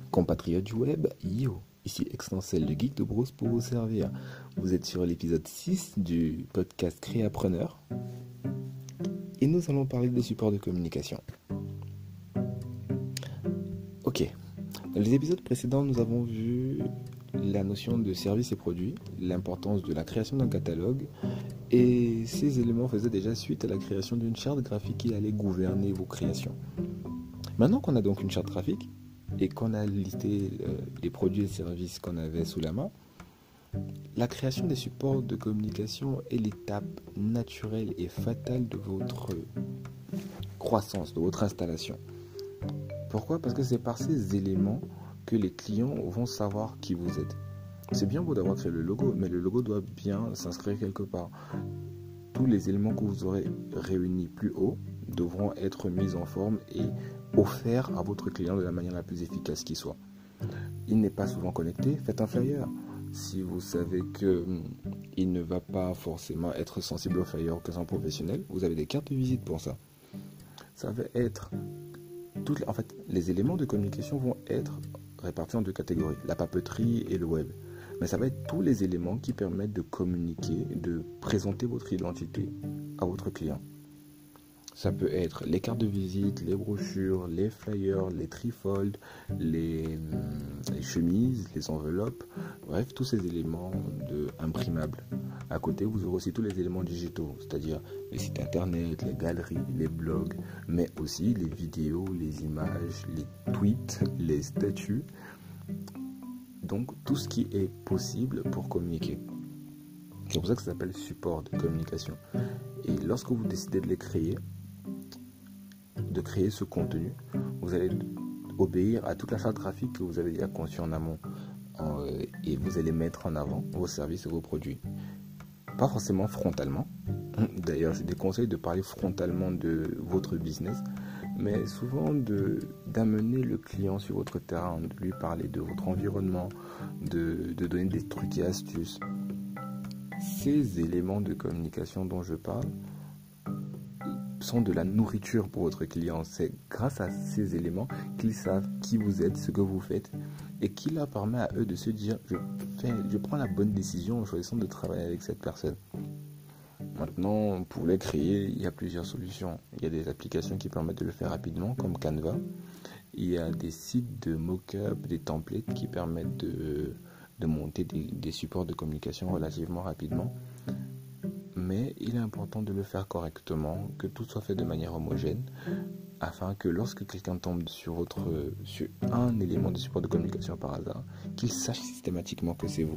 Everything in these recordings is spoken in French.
Compatriotes du web, yo, ici Extensel, le geek de Brousse pour vous servir. Vous êtes sur l'épisode 6 du podcast Créapreneur et nous allons parler des supports de communication. Ok, dans les épisodes précédents, nous avons vu la notion de service et produit, l'importance de la création d'un catalogue et ces éléments faisaient déjà suite à la création d'une charte graphique qui allait gouverner vos créations. Maintenant qu'on a donc une charte graphique, et qu'on a listé les produits et services qu'on avait sous la main, la création des supports de communication est l'étape naturelle et fatale de votre croissance, de votre installation. Pourquoi ? Parce que c'est par ces éléments que les clients vont savoir qui vous êtes. C'est bien beau d'avoir créé le logo, mais le logo doit bien s'inscrire quelque part. Tous les éléments que vous aurez réunis plus haut devront être mis en forme et offerts à votre client de la manière la plus efficace qui soit. Il n'est pas souvent connecté, faites un flyer. Si vous savez qu'il ne va pas forcément être sensible au flyer que c'est un professionnel, vous avez des cartes de visite pour ça. Ça va être les éléments de communication vont être répartis en deux catégories, la papeterie et le web. Mais ça va être tous les éléments qui permettent de communiquer, de présenter votre identité à votre client. Ça peut être les cartes de visite, les brochures, les flyers, les trifolds, les chemises, les enveloppes, bref, tous ces éléments imprimables. À côté, vous aurez aussi tous les éléments digitaux, c'est-à-dire les sites internet, les galeries, les blogs, mais aussi les vidéos, les images, les tweets, les statuts. Donc, tout ce qui est possible pour communiquer. C'est pour ça que ça s'appelle support de communication. Et lorsque vous décidez de créer ce contenu, vous allez obéir à toute la charte graphique que vous avez déjà conçue en amont. Et vous allez mettre en avant vos services et vos produits. Pas forcément frontalement. D'ailleurs, je déconseille de parler frontalement de votre business, mais souvent d'amener le client sur votre terrain, de lui parler de votre environnement, de donner des trucs et astuces. Ces éléments de communication dont je parle sont de la nourriture pour votre client. C'est grâce à ces éléments qu'ils savent qui vous êtes, ce que vous faites, et qui leur permet à eux de se dire je prends la bonne décision en choisissant de travailler avec cette personne. Maintenant, pour les créer, il y a plusieurs solutions. Il y a des applications qui permettent de le faire rapidement, comme Canva. Il y a des sites de mock-up, des templates qui permettent de monter des supports de communication relativement rapidement. Mais il est important de le faire correctement, que tout soit fait de manière homogène, afin que lorsque quelqu'un tombe sur un élément de support de communication par hasard, qu'il sache systématiquement que c'est vous.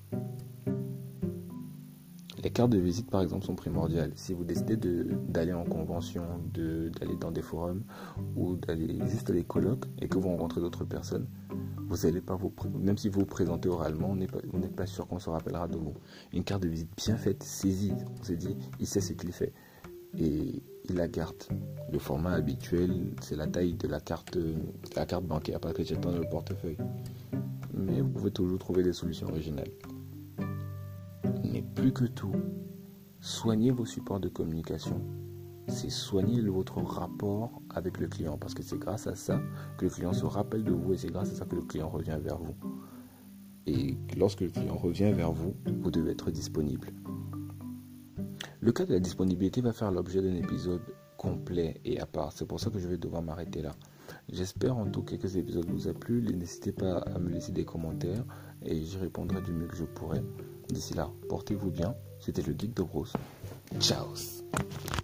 Les cartes de visite, par exemple, sont primordiales. Si vous décidez d'aller en convention, d'aller dans des forums ou d'aller juste à des colloques et que vous rencontrez d'autres personnes, vous n'allez pas même si vous vous présentez oralement, vous n'êtes pas sûr qu'on se rappellera de vous. Une carte de visite bien faite, saisie, on s'est dit, il sait ce qu'il fait et il la garde. Le format habituel, c'est la taille de la carte bancaire, parce que j'ai pas dans le portefeuille. Mais vous pouvez toujours trouver des solutions originales. Mais plus que tout, soignez vos supports de communication. C'est soigner votre rapport avec le client, parce que c'est grâce à ça que le client se rappelle de vous et c'est grâce à ça que le client revient vers vous. Et lorsque le client revient vers vous, vous devez être disponible. Le cas de la disponibilité va faire l'objet d'un épisode complet et à part. C'est pour ça que je vais devoir m'arrêter là. J'espère en tout cas que cet épisode vous a plu. N'hésitez pas à me laisser des commentaires et j'y répondrai du mieux que je pourrai. D'ici là, portez-vous bien. C'était le Geek de Brousse. Ciao.